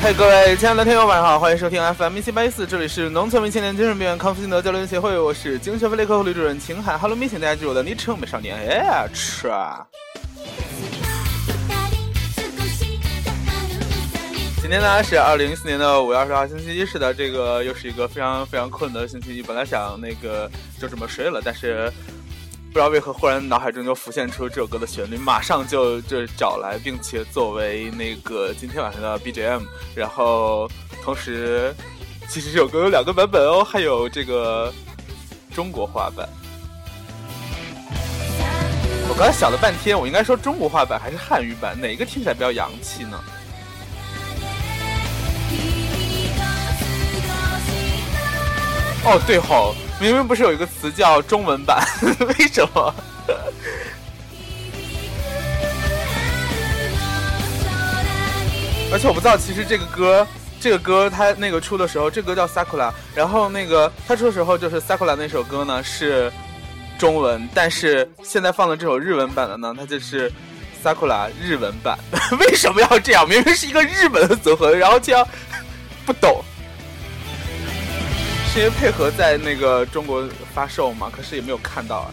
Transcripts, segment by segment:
嘿，各位亲爱的听友晚上好，欢迎收听 FM 1784，这里是农村为青年精神病院康复心得交流协会，我是精神分类科护理主任秦海。Hello， 请大家记住我的昵称美少年 H。今天呢是2014年的5月20号星期一，是的，这个又是一个非常非常困的星期一。本来想就这么睡了，但是不知道为何忽然脑海中就浮现出这首歌的旋律，马上就找来，并且作为那个今天晚上的 BGM。然后同时，其实这首歌有2个版本哦，还有这个中国话版。我刚才想了半天，我应该说中国话版还是汉语版，哪个听起来比较洋气呢？哦，对吼，明明不是有一个词叫中文版，为什么？而且我不知道，其实这个歌它那个出的时候，这个歌叫 Sakura， 然后那个它出的时候就是 Sakura 那首歌呢是中文，但是现在放的这首日文版的呢，它就是 Sakura 日文版。为什么要这样？明明是一个日本的组合，然后这样不懂。是因为配合在那个中国发售嘛，可是也没有看到啊。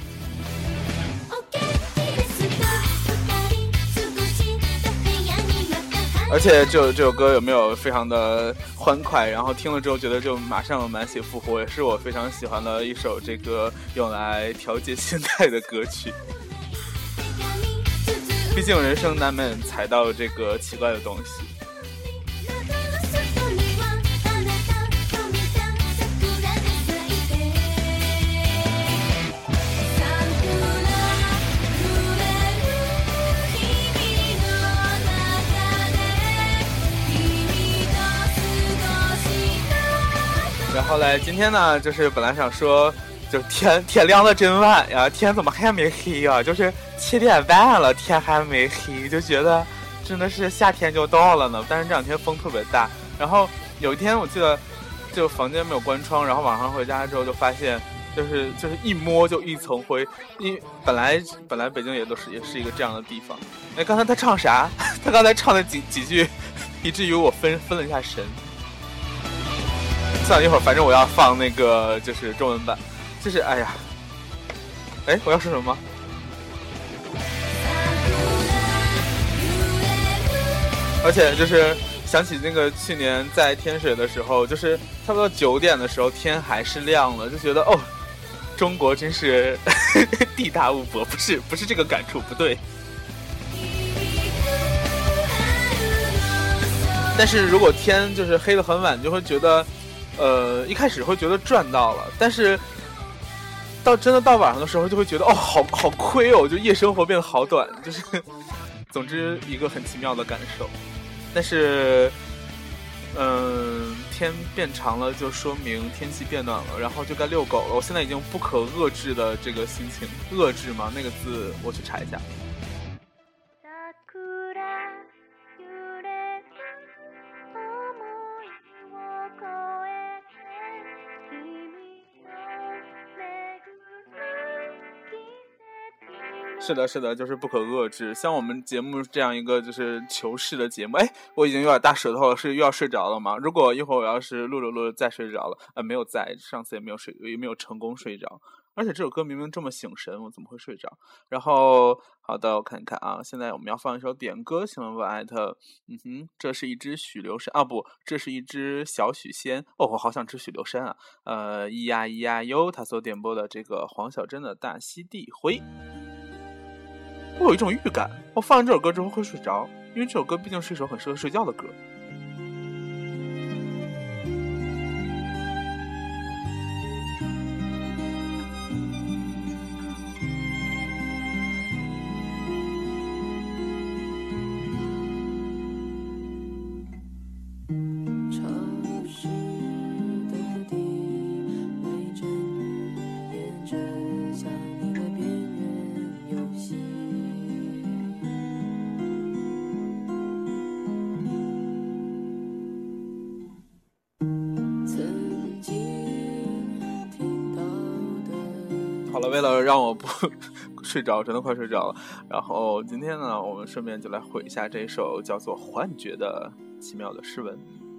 而且这首歌有没有非常的欢快，然后听了之后觉得就马上满血复活，也是我非常喜欢的一首这个用来调节心态的歌曲。毕竟人生难免踩到这个奇怪的东西。然后来今天呢，就是本来想说，就是天亮的真晚呀，天怎么还没黑呀？就是7点半了，天还没黑，就觉得真的是夏天就到了呢。但是这2天风特别大。然后有一天我记得，就房间没有关窗，然后晚上回家之后就发现，就是一摸就一层灰。本来北京也是一个这样的地方。哎，刚才他唱啥？他刚才唱的几句，以至于我分了一下神。算了，一会儿反正我要放那个就是中文版，就是哎呀，我要说什么？而且就是想起那个去年在天水的时候，就是差不多9点的时候天还是亮了，就觉得哦，中国真是地大物博，不是这个感触不对。但是如果天就是黑得很晚，就会觉得。一开始会觉得赚到了，但是真的到晚上的时候就会觉得好亏哦，就夜生活变得好短，就是总之一个很奇妙的感受。但是天变长了就说明天气变暖了，然后就该遛狗了。我现在已经不可遏制的这个心情，遏制吗？那个字我去查一下。是的，就是不可遏制。像我们节目这样一个就是求是的节目，我已经有点大舌头了，是又要睡着了吗？如果一会儿我要是录着再睡着了，没有上次也没有成功睡着。而且这首歌明明这么醒神，我怎么会睡着？然后好的，我看看啊，现在我们要放一首点歌，请问不艾特，这是一只许留山啊，不，这是一只小许仙哦，我好想吃许留山啊。咿呀咿呀哟，他所点播的这个黄小珍的大溪地灰。我有一种预感，我放完这首歌之后会睡着，因为这首歌毕竟是一首很适合睡觉的歌。好了，为了让我不睡着，真的快睡着了。然后今天呢，我们顺便就来回一下这首叫做《幻觉》的奇妙的诗文。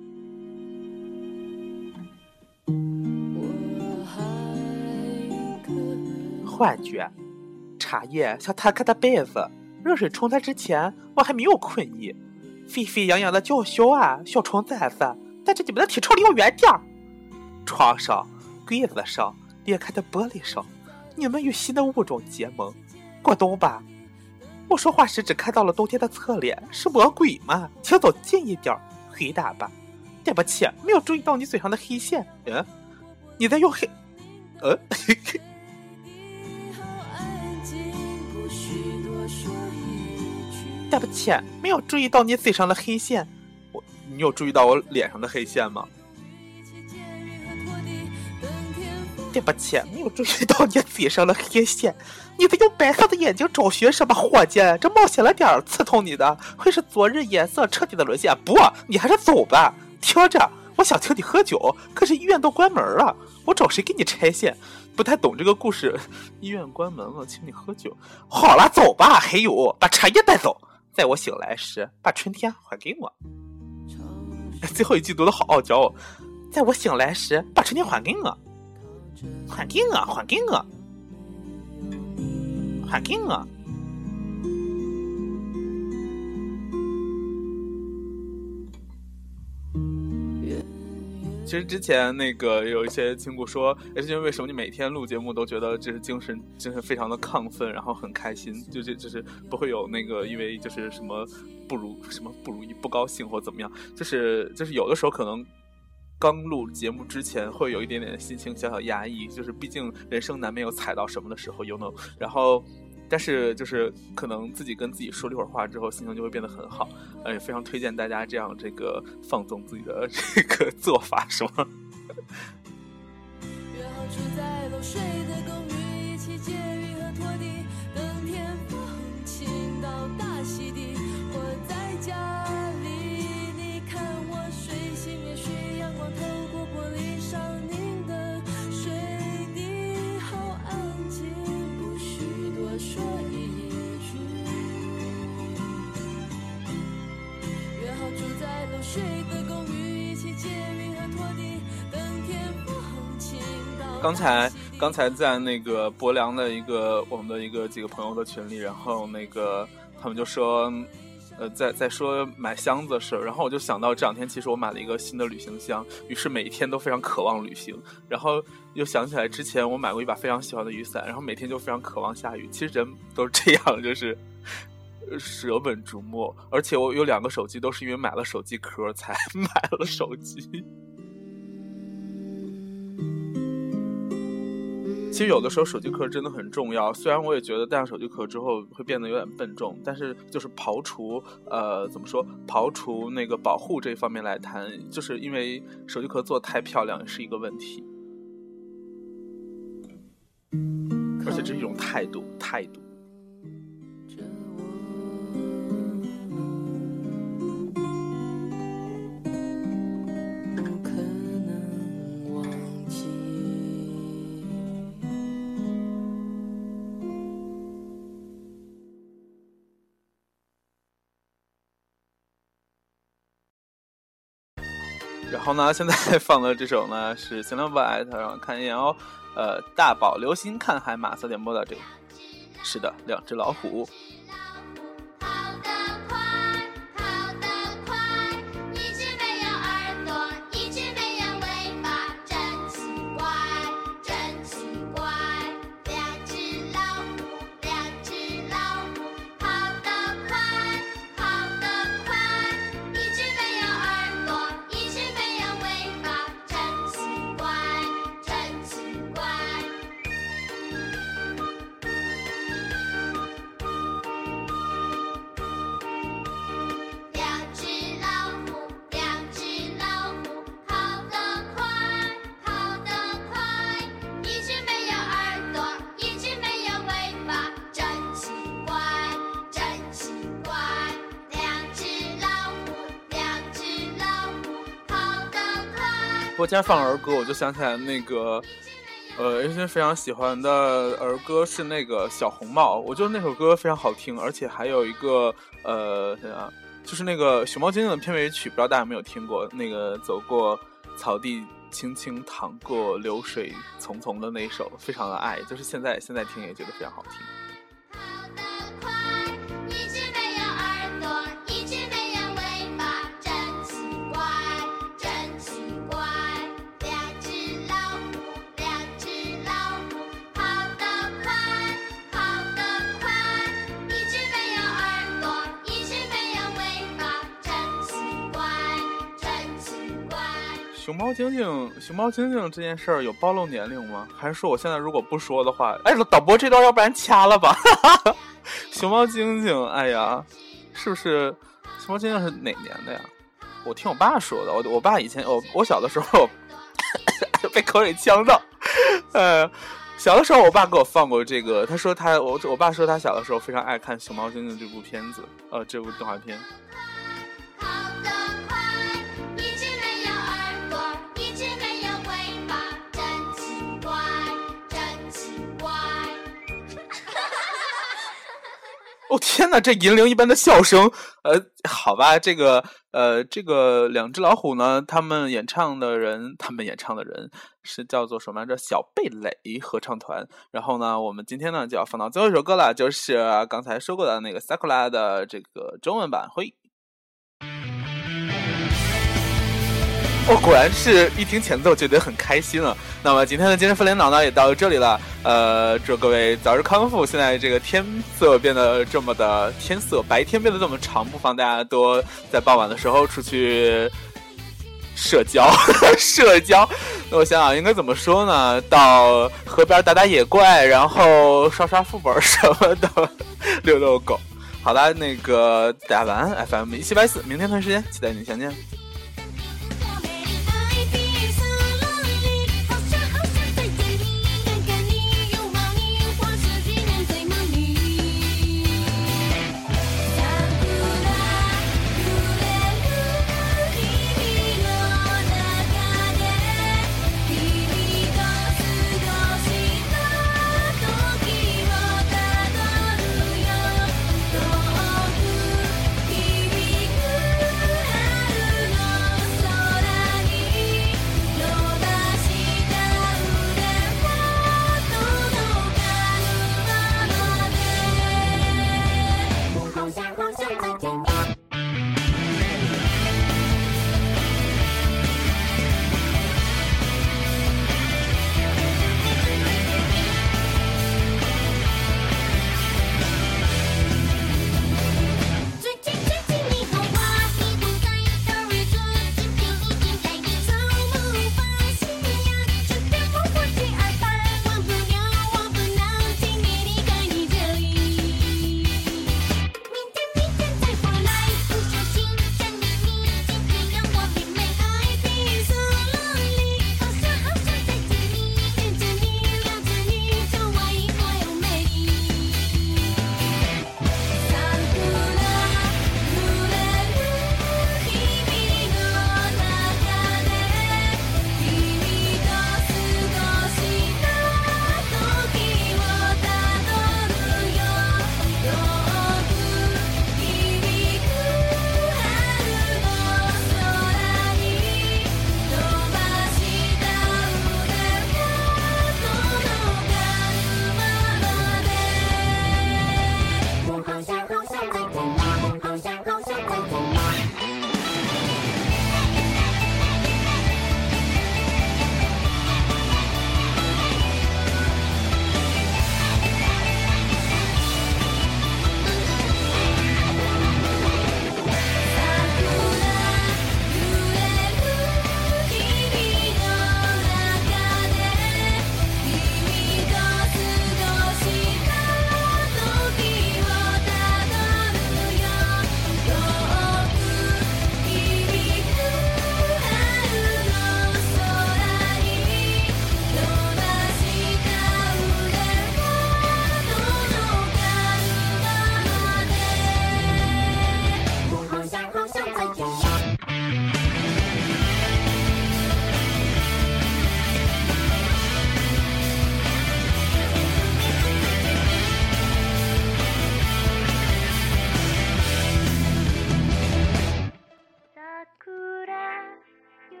幻觉，茶叶像摊开的被子，热水冲它之前，我还没有困意。沸沸扬扬的叫嚣啊，小虫崽子，带着你们的体臭离我远点。床上、柜子上、裂开的玻璃上，你们与新的物种结盟，过冬吧。我说话时只看到了冬天的侧脸，是魔鬼吗？请走近一点，回答吧。对不起，没有注意到你嘴上的黑线。你在用黑……对不起，没有注意到你嘴上的黑线。你有注意到我脸上的黑线吗？对不起，没有注意到你嘴上的黑线。你在用白色的眼睛找寻什么，伙计？这冒险了点，刺痛你的会是昨日颜色彻底的沦陷。不，你还是走吧。听着，我想请你喝酒，可是医院都关门了，我找谁给你拆线？不太懂这个故事。医院关门了，请你喝酒。好了，走吧。还有，把茶叶带走。在我醒来时，把春天还给我。最后一句读得好傲娇哦。在我醒来时，把春天还给我。还给我，还给我，还给我。其实之前那个有一些亲故说，是因为为什么你每天录节目都觉得就是精神非常的亢奋，然后很开心，就是不会有那个因为就是什么不如意不高兴或怎么样，就是有的时候可能刚录节目之前会有一点点心情小小压抑，就是毕竟人生难免有踩到什么的时候，you know， 然后但是就是可能自己跟自己说了一会儿话之后，心情就会变得很好，也非常推荐大家这样这个放纵自己的这个做法，是吗？约好住在漏水的公寓，一起借雨和拖地，等天风倾到大溪地。我在家里，你看我睡醒也睡，阳光透过玻璃上凝的水滴，好安静，不许多说一句。约好住在漏水的公寓，一起借雨和拖地，等天风倾到。刚才在那个博良的我们的几个朋友的群里，然后那个他们就说在说买箱子的事，然后我就想到这两天其实我买了一个新的旅行箱，于是每一天都非常渴望旅行，然后又想起来之前我买过一把非常喜欢的雨伞，然后每天就非常渴望下雨。其实人都是这样，就是舍本逐末，而且我有2个手机都是因为买了手机壳才买了手机。其实有的时候手机壳真的很重要，虽然我也觉得戴上手机壳之后会变得有点笨重，但是就是刨除那个保护这一方面来谈，就是因为手机壳做得太漂亮也是一个问题，而且这是一种态度。然后呢，现在放的这首呢是新浪百特，让我看一眼哦。大宝流星看海马色点播的这个，是的，2只老虎。不过既然放儿歌，我就想起来那个原先非常喜欢的儿歌是那个小红帽，我觉得那首歌非常好听，而且还有一个就是那个熊猫精灵的片尾曲，不知道大家有没有听过？那个走过草地轻轻淌过流水淙淙的那一首，非常的爱，就是现在听也觉得非常好听。熊猫精灵这件事儿有暴露年龄吗？还是说我现在如果不说的话，哎，导播这段要不然掐了吧？熊猫精灵，哎呀，是不是熊猫精灵是哪年的呀？我听我爸说的，我爸以前我小的时候被口水呛到，小的时候我爸给我放过这个，他说我爸说他小的时候非常爱看熊猫精灵这部片子，这部动画片。哦天哪，这银铃一般的笑声，好吧，这个两只老虎呢，他们演唱的人是叫做什么来着？小蓓蕾合唱团。然后呢，我们今天呢就要放到最后一首歌了，就是刚才说过的那个 Sakura 的这个中文版。嘿。果然是一听前奏觉得很开心了。那么今天的今日份领导呢也到这里了，祝各位早日康复。现在这个天色变得这么的白天变得这么长，不妨大家多在傍晚的时候出去社交那我想想应该怎么说呢，到河边打野怪，然后刷副本什么的，遛狗。好的，那个大家晚安。 FM1784，明天同一时间期待你相见。再见。